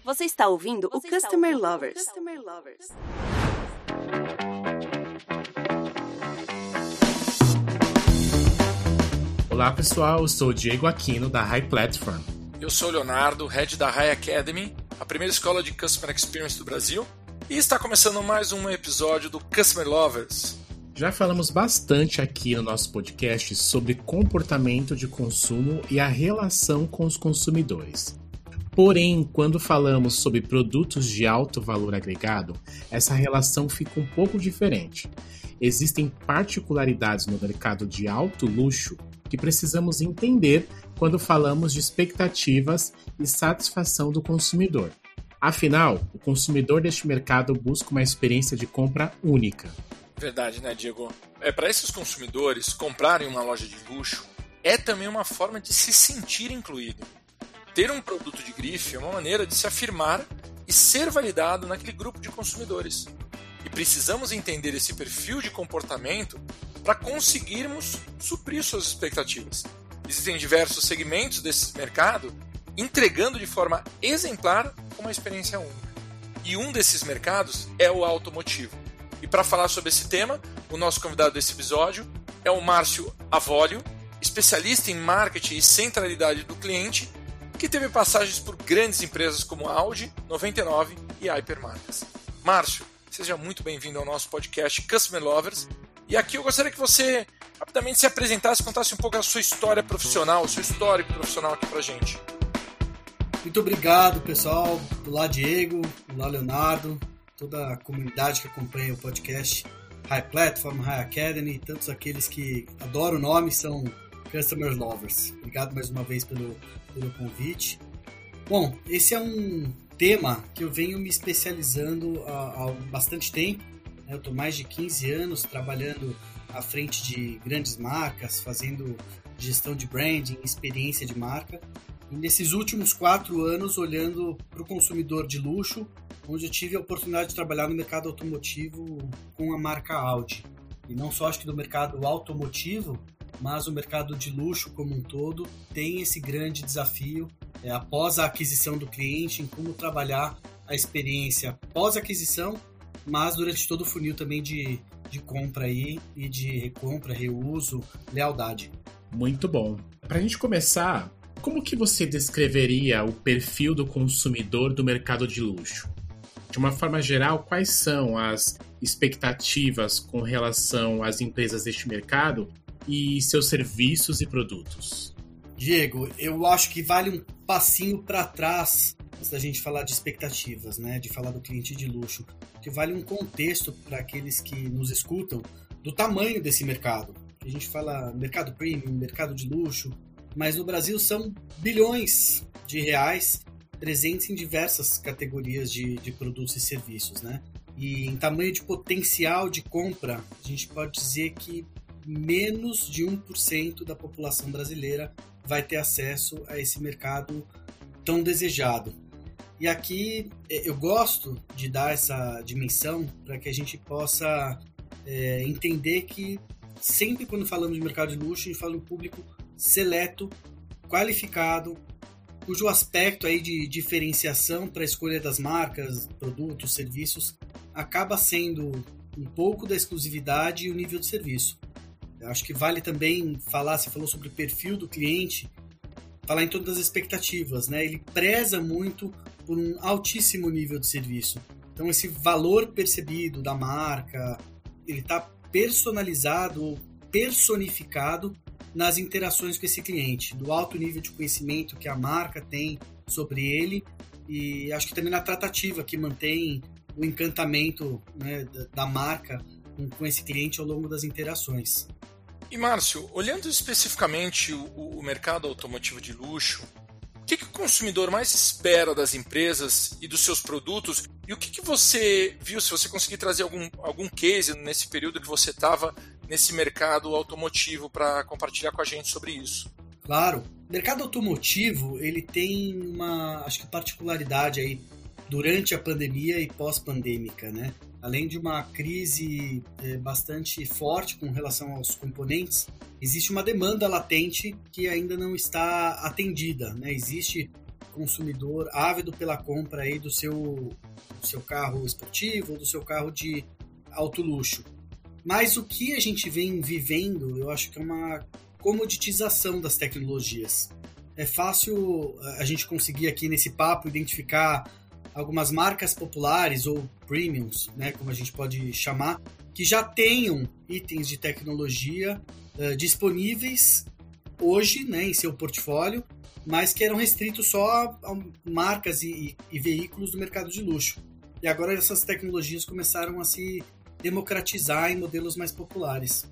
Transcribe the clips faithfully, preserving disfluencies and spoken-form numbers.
Você está ouvindo Você o Customer ouvindo Lovers. Customer Lovers. Olá pessoal, eu sou o Diego Aquino da High Platform. Eu sou o Leonardo, Head da High Academy, a primeira escola de Customer Experience do Brasil, e está começando mais um episódio do Customer Lovers. Já falamos bastante aqui no nosso podcast sobre comportamento de consumo e a relação com os consumidores. Porém, quando falamos sobre produtos de alto valor agregado, essa relação fica um pouco diferente. Existem particularidades no mercado de alto luxo que precisamos entender quando falamos de expectativas e satisfação do consumidor. Afinal, o consumidor deste mercado busca uma experiência de compra única. Verdade, né, Diego? É, para esses consumidores, comprar em uma loja de luxo é também uma forma de se sentir incluído. Ter um produto de grife é uma maneira de se afirmar e ser validado naquele grupo de consumidores. E precisamos entender esse perfil de comportamento para conseguirmos suprir suas expectativas. Existem diversos segmentos desse mercado entregando de forma exemplar uma experiência única. E um desses mercados é o automotivo. E para falar sobre esse tema, o nosso convidado desse episódio é o Márcio Avolio, especialista em marketing e centralidade do cliente, que teve passagens por grandes empresas como Audi, noventa e nove e Hypermarcas. Márcio, seja muito bem-vindo ao nosso podcast Customer Lovers. E aqui eu gostaria que você rapidamente se apresentasse, contasse um pouco a sua história profissional, o seu histórico profissional aqui pra gente. Muito obrigado, pessoal. Olá, Diego. Olá, Leonardo. Toda a comunidade que acompanha o podcast High Platform, High Academy, e tantos aqueles que adoram o nome são Customer Lovers. Obrigado mais uma vez pelo, pelo convite. Bom, esse é um tema que eu venho me especializando há, há bastante tempo. Eu estou mais de quinze anos trabalhando à frente de grandes marcas, fazendo gestão de branding, experiência de marca. E nesses últimos quatro anos, olhando para o consumidor de luxo, onde eu tive a oportunidade de trabalhar no mercado automotivo com a marca Audi. E não só acho que do mercado automotivo, mas o mercado de luxo como um todo tem esse grande desafio é, após a aquisição do cliente em como trabalhar a experiência pós-aquisição, mas durante todo o funil também de, de compra aí, e de recompra, reuso, lealdade. Muito bom. Para a gente começar, como que você descreveria o perfil do consumidor do mercado de luxo? De uma forma geral, quais são as expectativas com relação às empresas deste mercado e seus serviços e produtos? Diego, eu acho que vale um passinho para trás antes da gente falar de expectativas, né? De falar do cliente de luxo, que vale um contexto para aqueles que nos escutam do tamanho desse mercado. A gente fala mercado premium, mercado de luxo, mas no Brasil são bilhões de reais presentes em diversas categorias de, de produtos e serviços, né? E em tamanho de potencial de compra, a gente pode dizer que menos de um por cento da população brasileira vai ter acesso a esse mercado tão desejado. E aqui eu gosto de dar essa dimensão para que a gente possa é, entender que sempre quando falamos de mercado de luxo, a gente fala de um público seleto, qualificado, cujo aspecto aí de diferenciação para a escolha das marcas, produtos, serviços, acaba sendo um pouco da exclusividade e o nível de serviço. Eu acho que vale também falar, você falou sobre o perfil do cliente, falar em todas as expectativas, né? Ele preza muito por um altíssimo nível de serviço. Então esse valor percebido da marca, ele está personalizado, personificado nas interações com esse cliente, do alto nível de conhecimento que a marca tem sobre ele, e acho que também na tratativa que mantém o encantamento, né, da, da marca com, com esse cliente ao longo das interações. E Márcio, olhando especificamente o, o mercado automotivo de luxo, o que, que o consumidor mais espera das empresas e dos seus produtos? E o que, que você viu, se você conseguir trazer algum, algum case nesse período que você estava nesse mercado automotivo para compartilhar com a gente sobre isso? Claro. O mercado automotivo, ele tem uma, acho que particularidade aí durante a pandemia e pós-pandêmica, né? Além de uma crise é, bastante forte com relação aos componentes, existe uma demanda latente que ainda não está atendida, né? Existe consumidor ávido pela compra aí do seu, do seu carro esportivo ou do seu carro de alto luxo. Mas o que a gente vem vivendo, eu acho que é uma comoditização das tecnologias. É fácil a gente conseguir aqui nesse papo identificar algumas marcas populares ou premiums, né, como a gente pode chamar, que já tenham itens de tecnologia uh, disponíveis hoje, né, em seu portfólio, mas que eram restritos só a, a marcas e, e veículos do mercado de luxo. E agora essas tecnologias começaram a se democratizar em modelos mais populares.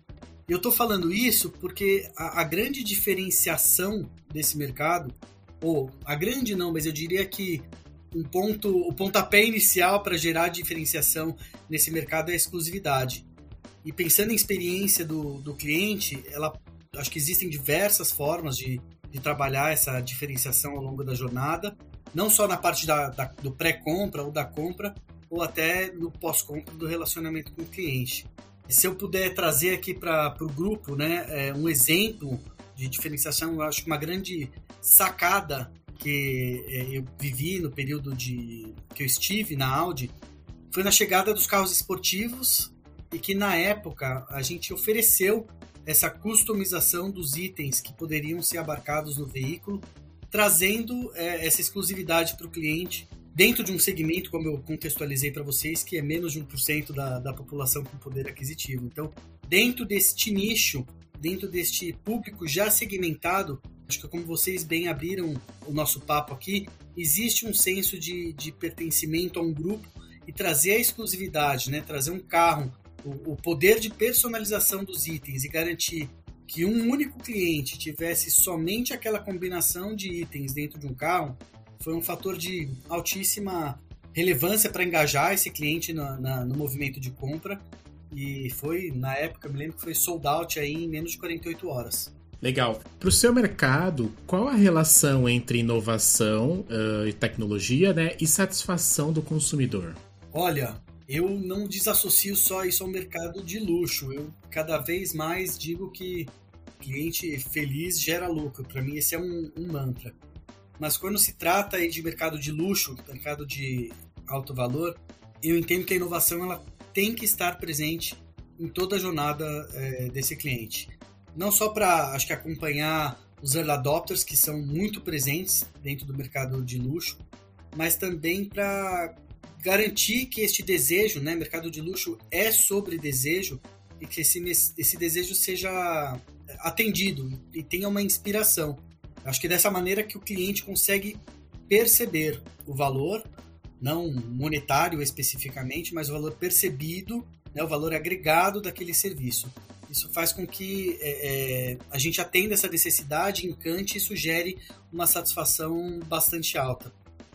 E eu estou falando isso porque a, a grande diferenciação desse mercado, ou a grande não, mas eu diria que um ponto, o pontapé inicial para gerar diferenciação nesse mercado é a exclusividade. E pensando em experiência do, do cliente, ela, acho que existem diversas formas de, de trabalhar essa diferenciação ao longo da jornada, não só na parte da, da, do pré-compra ou da compra, ou até no pós-compra do relacionamento com o cliente. E se eu puder trazer aqui para o grupo, né, é, um exemplo de diferenciação, eu acho que uma grande sacada que eu vivi no período de, que eu estive na Audi foi na chegada dos carros esportivos e que na época a gente ofereceu essa customização dos itens que poderiam ser abarcados no veículo, trazendo é, essa exclusividade para o cliente dentro de um segmento, como eu contextualizei para vocês, que é menos de um por cento da, da população com poder aquisitivo. Então, dentro deste nicho, dentro deste público já segmentado, acho que como vocês bem abriram o nosso papo aqui, existe um senso de, de pertencimento a um grupo e trazer a exclusividade, né? Trazer um carro, o, o poder de personalização dos itens e garantir que um único cliente tivesse somente aquela combinação de itens dentro de um carro, foi um fator de altíssima relevância para engajar esse cliente na, na, no movimento de compra. E foi, na época, me lembro que foi sold out aí em menos de quarenta e oito horas. Legal. Para o seu mercado, qual a relação entre inovação uh, e tecnologia, né, e satisfação do consumidor? Olha, eu não desassocio só isso ao mercado de luxo. Eu cada vez mais digo que cliente feliz gera lucro. Para mim, esse é um, um mantra. Mas quando se trata aí de mercado de luxo, mercado de alto valor, eu entendo que a inovação ela tem que estar presente em toda a jornada é, desse cliente. Não só para, acho que, acompanhar os early adopters, que são muito presentes dentro do mercado de luxo, mas também para garantir que este desejo, né, mercado de luxo é sobre desejo, e que esse, esse desejo seja atendido e tenha uma inspiração. Acho que dessa maneira que o cliente consegue perceber o valor, não monetário especificamente, mas o valor percebido, né, o valor agregado daquele serviço. Isso faz com que é, é, a gente atenda essa necessidade, encante e sugere uma satisfação bastante alta.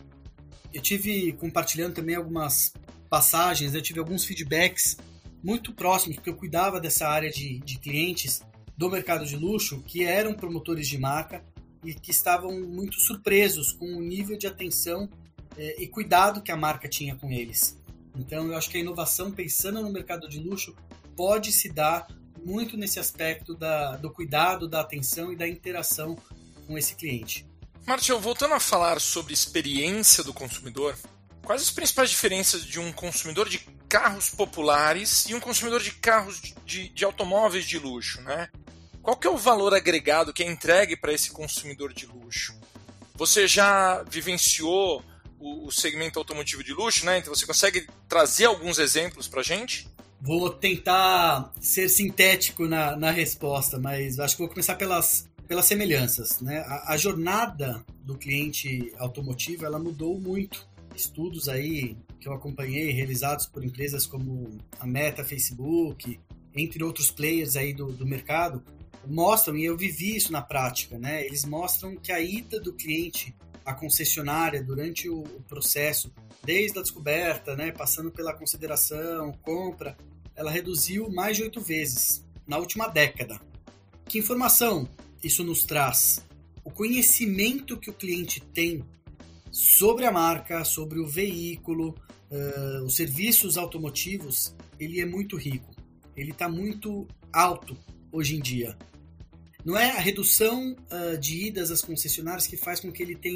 Eu tive, compartilhando também algumas passagens, eu tive alguns feedbacks muito próximos, porque eu cuidava dessa área de, de clientes do mercado de luxo, que eram promotores de marca e que estavam muito surpresos com o nível de atenção é, e cuidado que a marca tinha com eles. Então, eu acho que a inovação, pensando no mercado de luxo, pode se dar muito nesse aspecto da, do cuidado, da atenção e da interação com esse cliente. Martial, voltando a falar sobre experiência do consumidor, quais as principais diferenças de um consumidor de carros populares e um consumidor de carros de, de, de automóveis de luxo, né? Qual que é o valor agregado que é entregue para esse consumidor de luxo? Você já vivenciou o, o segmento automotivo de luxo, né? Então você consegue trazer alguns exemplos para a gente? Vou tentar ser sintético na, na resposta, mas acho que vou começar pelas, pelas semelhanças, né? A, a jornada do cliente automotivo, ela mudou muito. Estudos aí que eu acompanhei, realizados por empresas como a Meta, Facebook, entre outros players aí do, do mercado, mostram, e eu vivi isso na prática, né? Eles mostram que a ida do cliente à concessionária durante o, o processo, desde a descoberta, né, passando pela consideração, compra, ela reduziu mais de oito vezes na última década. Que informação isso nos traz? O conhecimento que o cliente tem sobre a marca, sobre o veículo, uh, os serviços automotivos, ele é muito rico. Ele está muito alto hoje em dia. Não é a redução uh, de idas às concessionárias que faz com que ele tenha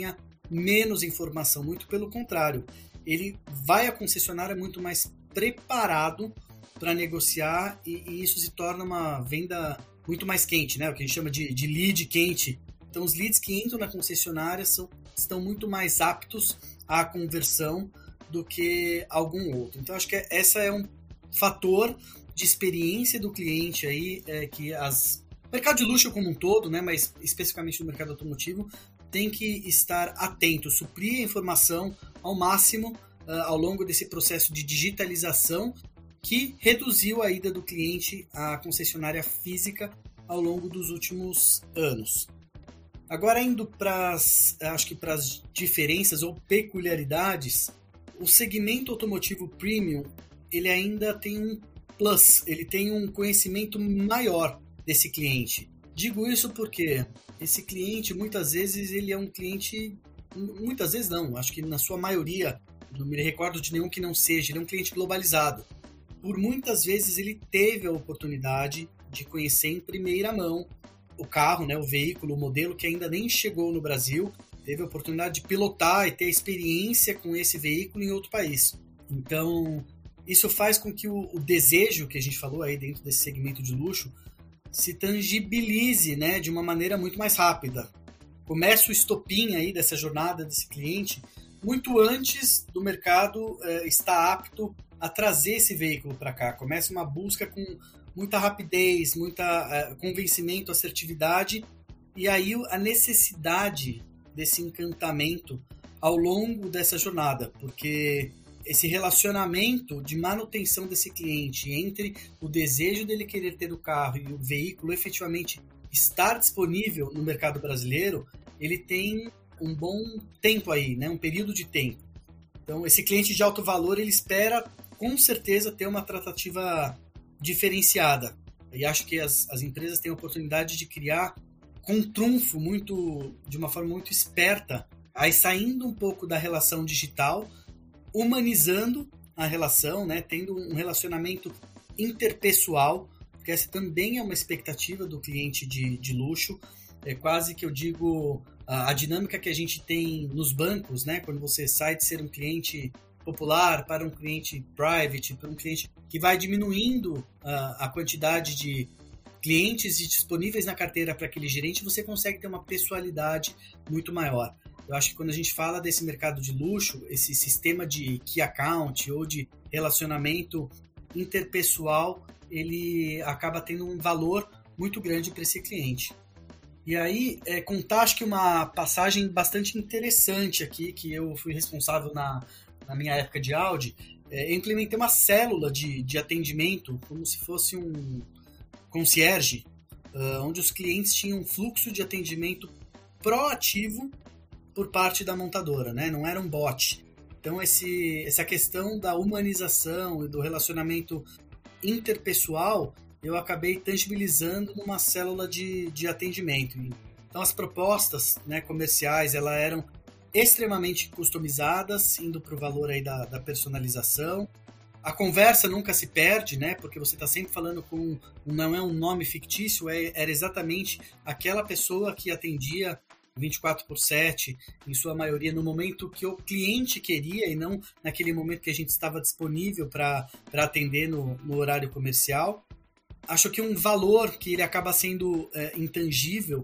menos informação, muito pelo contrário. Ele vai à concessionária muito mais preparado para negociar e, e isso se torna uma venda muito mais quente, né? O que a gente chama de, de lead quente. Então, os leads que entram na concessionária são, estão muito mais aptos à conversão do que algum outro. Então, acho que essa é um fator de experiência do cliente aí, é, que as o mercado de luxo como um todo, né, mas especificamente no mercado automotivo, tem que estar atento, suprir a informação ao máximo uh, ao longo desse processo de digitalização que reduziu a ida do cliente à concessionária física ao longo dos últimos anos. Agora, indo para as, acho que para as diferenças ou peculiaridades, o segmento automotivo premium, ele ainda tem um plus, ele tem um conhecimento maior desse cliente. Digo isso porque esse cliente, muitas vezes, ele é um cliente... Muitas vezes não, acho que na sua maioria, não me recordo de nenhum que não seja, ele é um cliente globalizado. Por muitas vezes ele teve a oportunidade de conhecer em primeira mão o carro, né, o veículo, o modelo que ainda nem chegou no Brasil, teve a oportunidade de pilotar e ter experiência com esse veículo em outro país. Então, isso faz com que o, o desejo que a gente falou aí dentro desse segmento de luxo se tangibilize, né, de uma maneira muito mais rápida. Começa o estopim aí dessa jornada desse cliente muito antes do mercado eh, estar apto a trazer esse veículo para cá. Começa uma busca com muita rapidez, muita eh, convencimento, assertividade, e aí a necessidade desse encantamento ao longo dessa jornada, porque esse relacionamento de manutenção desse cliente entre o desejo dele querer ter o carro e o veículo efetivamente estar disponível no mercado brasileiro, ele tem um bom tempo aí, né? Um período de tempo. Então, esse cliente de alto valor, ele espera com certeza ter uma tratativa diferenciada. E acho que as, as empresas têm a oportunidade de criar com um trunfo muito, de uma forma muito esperta, aí saindo um pouco da relação digital, humanizando a relação, né, tendo um relacionamento interpessoal, porque essa também é uma expectativa do cliente de, de luxo. É quase que eu digo a, a dinâmica que a gente tem nos bancos, né, quando você sai de ser um cliente popular para um cliente private, para um cliente que vai diminuindo a, a quantidade de clientes disponíveis na carteira para aquele gerente, você consegue ter uma pessoalidade muito maior. Eu acho que quando a gente fala desse mercado de luxo, esse sistema de key account ou de relacionamento interpessoal, ele acaba tendo um valor muito grande para esse cliente. E aí, é, contar acho que uma passagem bastante interessante aqui, que eu fui responsável na, na minha época de Audi, é, eu implementei uma célula de, de atendimento, como se fosse um concierge, uh, onde os clientes tinham um fluxo de atendimento proativo por parte da montadora, né? Não era um bot. Então, esse, essa questão da humanização e do relacionamento interpessoal, eu acabei tangibilizando numa célula de, de atendimento. Então, as propostas, né, comerciais, elas eram extremamente customizadas, indo para o valor aí da, da personalização. A conversa nunca se perde, né? Porque você está sempre falando com... Não é um nome fictício, é, era exatamente aquela pessoa que atendia vinte e quatro por sete, em sua maioria, no momento que o cliente queria e não naquele momento que a gente estava disponível para atender no, no horário comercial. Acho que um valor que ele acaba sendo é, intangível,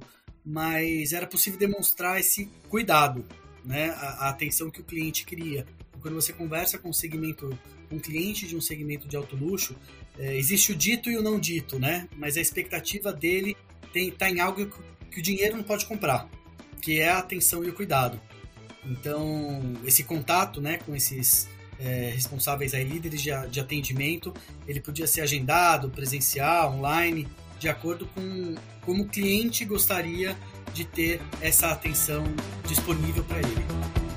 mas era possível demonstrar esse cuidado, né? a, a atenção que o cliente queria. Quando você conversa com um segmento, um cliente de um segmento de alto luxo, é, existe o dito e o não dito, né? Mas a expectativa dele está em algo que o dinheiro não pode comprar, que é a atenção e o cuidado. Então, esse contato, né, com esses é, responsáveis aí, líderes de, de atendimento, ele podia ser agendado, presencial, online, de acordo com como o cliente gostaria de ter essa atenção disponível para ele.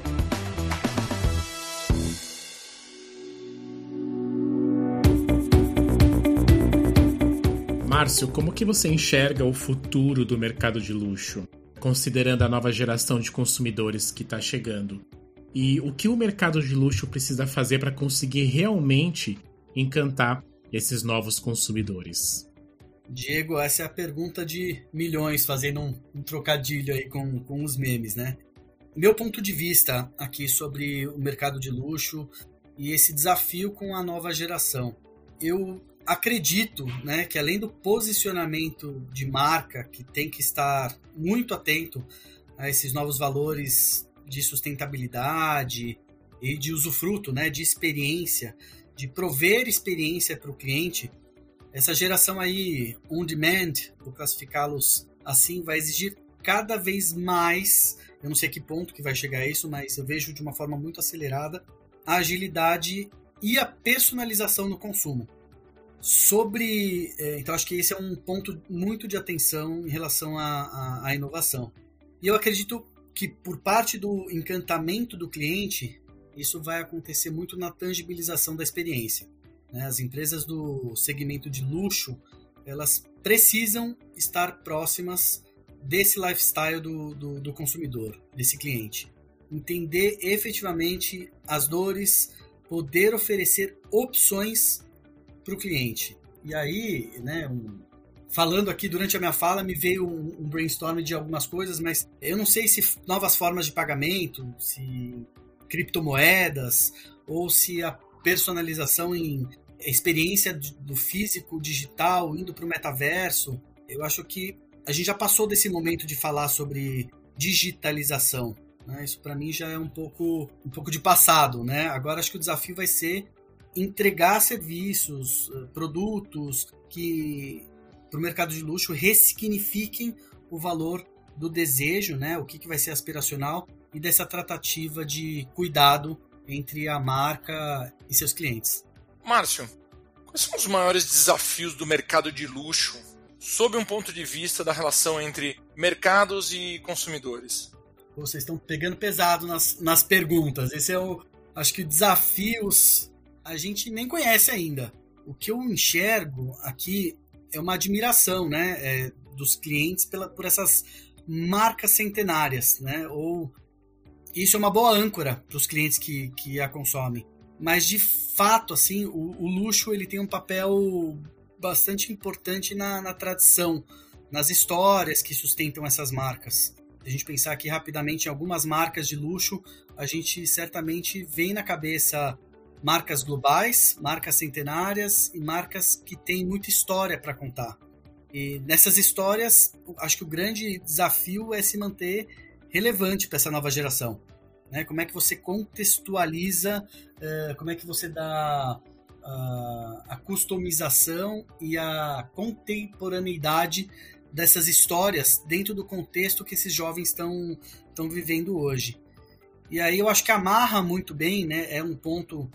Márcio, como que você enxerga o futuro do mercado de luxo, considerando a nova geração de consumidores que está chegando? E o que o mercado de luxo precisa fazer para conseguir realmente encantar esses novos consumidores? Diego, essa é a pergunta de milhões, fazendo um, um trocadilho aí com, com os memes, né? meu ponto de vista aqui sobre o mercado de luxo e esse desafio com a nova geração. Eu acredito, né, que além do posicionamento de marca, que tem que estar muito atento a esses novos valores de sustentabilidade e de usufruto, né, de experiência, de prover experiência para o cliente, essa geração aí, on demand, vou classificá-los assim, vai exigir cada vez mais, eu não sei que ponto que vai chegar a isso, mas eu vejo de uma forma muito acelerada, a agilidade e a personalização no consumo. Sobre, então acho que esse é um ponto muito de atenção em relação à, à, à inovação. E eu acredito que por parte do encantamento do cliente, isso vai acontecer muito na tangibilização da experiência. As empresas do segmento de luxo, elas precisam estar próximas desse lifestyle do, do, do consumidor, desse cliente. Entender efetivamente as dores, poder oferecer opções para o cliente. E aí, né, um, falando aqui durante a minha fala, me veio um, um brainstorm de algumas coisas, mas eu não sei se novas formas de pagamento, se criptomoedas, ou se a personalização em experiência do físico digital indo para o metaverso. Eu acho que a gente já passou desse momento de falar sobre digitalização, né? Isso para mim já é um pouco, um pouco de passado, né? Agora acho que o desafio vai ser entregar serviços, produtos que para o mercado de luxo ressignifiquem o valor do desejo, né? O que, que vai ser aspiracional e dessa tratativa de cuidado entre a marca e seus clientes. Márcio, quais são os maiores desafios do mercado de luxo sob um ponto de vista da relação entre mercados e consumidores? Vocês estão pegando pesado nas, nas perguntas. Esse é o, acho que desafios a gente nem conhece ainda. O que eu enxergo aqui é uma admiração, né, é, dos clientes pela, por essas marcas centenárias, né? Ou isso é uma boa âncora para os clientes que, que a consomem. Mas de fato, assim, o, o luxo ele tem um papel bastante importante na, na tradição, nas histórias que sustentam essas marcas. Se a gente pensar aqui rapidamente em algumas marcas de luxo, a gente certamente vem na cabeça marcas globais, marcas centenárias e marcas que têm muita história para contar. E nessas histórias, acho que o grande desafio é se manter relevante para essa nova geração. Né? Como é que você contextualiza, uh, como é que você dá uh, a customização e a contemporaneidade dessas histórias dentro do contexto que esses jovens estão estão vivendo hoje. E aí eu acho que amarra muito bem, né? É um ponto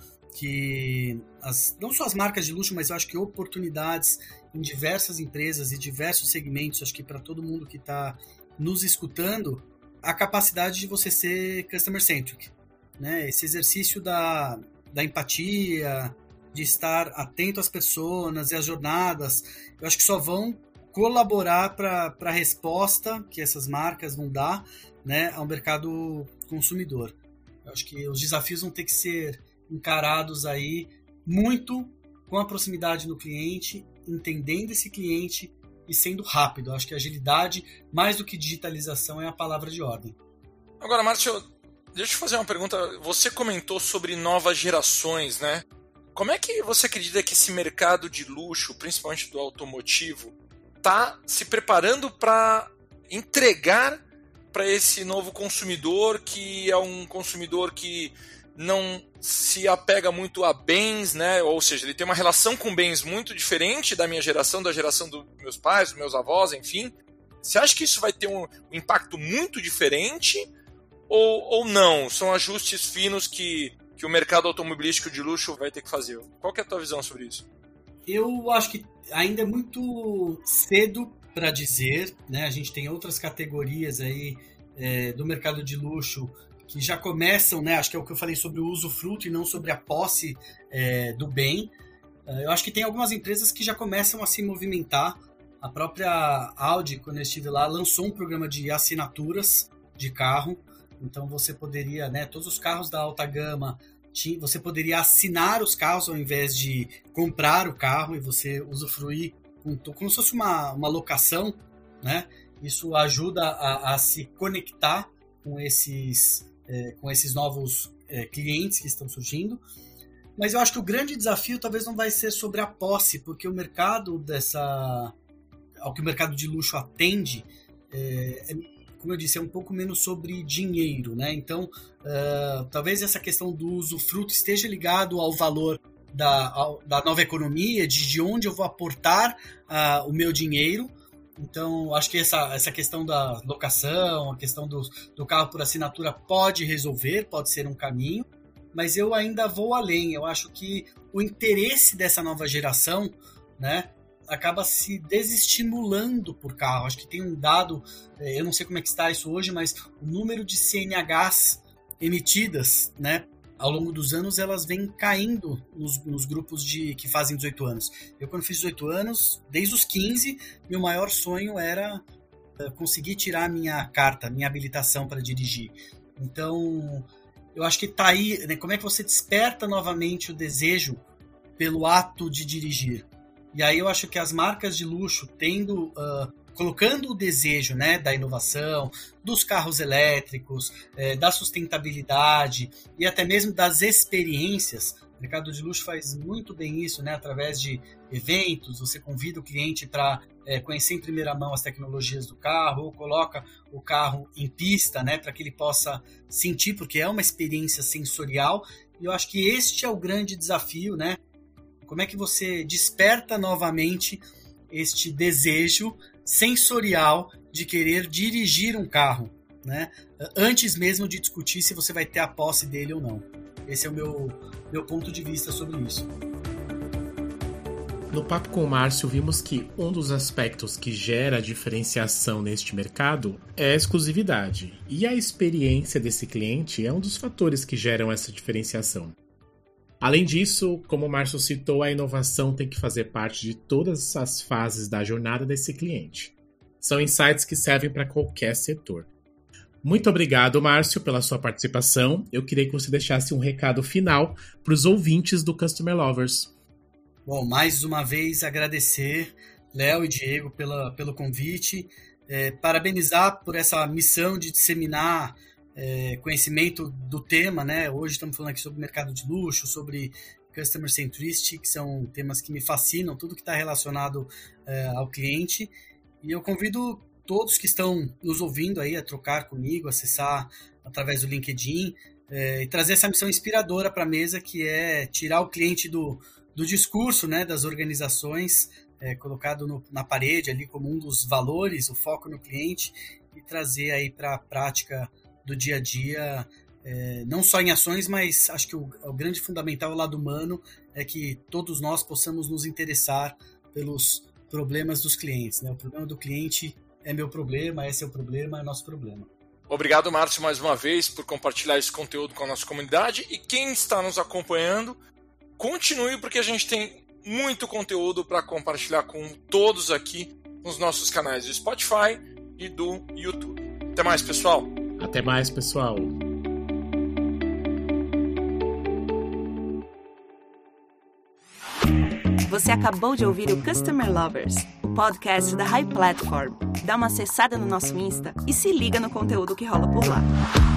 que as, não só as marcas de luxo, mas eu acho que oportunidades em diversas empresas e diversos segmentos, acho que para todo mundo que está nos escutando, a capacidade de você ser customer-centric, né? Esse exercício da, da empatia, de estar atento às pessoas e às jornadas, eu acho que só vão colaborar para a resposta que essas marcas vão dar, né, ao mercado consumidor. Eu acho que os desafios vão ter que ser encarados aí muito com a proximidade do cliente, entendendo esse cliente e sendo rápido. Eu acho que agilidade, mais do que digitalização, é a palavra de ordem. Agora, Márcio, deixa eu fazer uma pergunta. Você comentou sobre novas gerações, né? Como é que você acredita que esse mercado de luxo, principalmente do automotivo, está se preparando para entregar para esse novo consumidor, que é um consumidor que não se apega muito a bens, né? Ou seja, ele tem uma relação com bens muito diferente da minha geração, da geração dos meus pais, dos meus avós, enfim. Você acha que isso vai ter um impacto muito diferente ou, ou não? São ajustes finos que, que o mercado automobilístico de luxo vai ter que fazer? Qual que é a tua visão sobre isso? Eu acho que ainda é muito cedo para dizer, né? A gente tem outras categorias aí é, do mercado de luxo que já começam, né? Acho que é o que eu falei sobre o usufruto e não sobre a posse é, do bem. Eu acho que tem algumas empresas que já começam a se movimentar. A própria Audi, quando eu estive lá, lançou um programa de assinaturas de carro. Então você poderia, né? Todos os carros da alta gama, você poderia assinar os carros ao invés de comprar o carro e você usufruir como se fosse uma, uma locação, né? Isso ajuda a, a se conectar com esses, é, com esses novos é, clientes que estão surgindo. Mas eu acho que o grande desafio talvez não vai ser sobre a posse, porque o mercado dessa, ao que o mercado de luxo atende, é, é, como eu disse, é um pouco menos sobre dinheiro, né? Então, uh, talvez essa questão do usufruto esteja ligado ao valor da, ao, da nova economia, de, de onde eu vou aportar uh, o meu dinheiro. Então, acho que essa, essa questão da locação, a questão do, do carro por assinatura pode resolver, pode ser um caminho, mas eu ainda vou além. Eu acho que o interesse dessa nova geração, né, acaba se desestimulando por carro. Acho que tem um dado, eu não sei como é que está isso hoje, mas o número de C N Hs emitidas, né, ao longo dos anos, elas vêm caindo nos, nos grupos de, que fazem dezoito anos. Eu, quando fiz dezoito anos, desde os quinze, meu maior sonho era uh, conseguir tirar a minha carta, minha habilitação para dirigir. Então, eu acho que tá aí, né, como é que você desperta novamente o desejo pelo ato de dirigir? E aí eu acho que as marcas de luxo tendo, uh, colocando o desejo, né, da inovação, dos carros elétricos, eh, da sustentabilidade e até mesmo das experiências. O mercado de luxo faz muito bem isso, né, através de eventos, você convida o cliente para é, conhecer em primeira mão as tecnologias do carro, ou coloca o carro em pista, né, para que ele possa sentir, porque é uma experiência sensorial. E eu acho que este é o grande desafio, né? Como é que você desperta novamente este desejo sensorial de querer dirigir um carro, né? Antes mesmo de discutir se você vai ter a posse dele ou não. Esse é o meu, meu ponto de vista sobre isso. No papo com o Márcio, vimos que um dos aspectos que gera a diferenciação neste mercado é a exclusividade. E a experiência desse cliente é um dos fatores que geram essa diferenciação. Além disso, como o Márcio citou, a inovação tem que fazer parte de todas as fases da jornada desse cliente. São insights que servem para qualquer setor. Muito obrigado, Márcio, pela sua participação. Eu queria que você deixasse um recado final para os ouvintes do Customer Lovers. Bom, mais uma vez agradecer, Léo e Diego, pela, pelo convite. É, parabenizar por essa missão de disseminar É, conhecimento do tema, né? Hoje estamos falando aqui sobre mercado de luxo, sobre Customer Centricity, que são temas que me fascinam, tudo que está relacionado é, ao cliente. E eu convido todos que estão nos ouvindo aí a trocar comigo, acessar através do LinkedIn é, e trazer essa missão inspiradora para a mesa, que é tirar o cliente do, do discurso, né, das organizações, é, colocado no, na parede ali como um dos valores, o foco no cliente, e trazer aí para a prática do dia a dia, é, não só em ações, mas acho que o, o grande fundamental, o lado humano, é que todos nós possamos nos interessar pelos problemas dos clientes, né? O problema do cliente é meu problema, esse é o problema, é nosso problema. Obrigado, Márcio, mais uma vez por compartilhar esse conteúdo com a nossa comunidade, e quem está nos acompanhando, continue, porque a gente tem muito conteúdo para compartilhar com todos aqui nos nossos canais do Spotify e do YouTube. Até mais, pessoal! Até mais, pessoal! Você acabou de ouvir o Customer Lovers, o podcast da High Platform. Dá uma acessada no nosso Insta e se liga no conteúdo que rola por lá.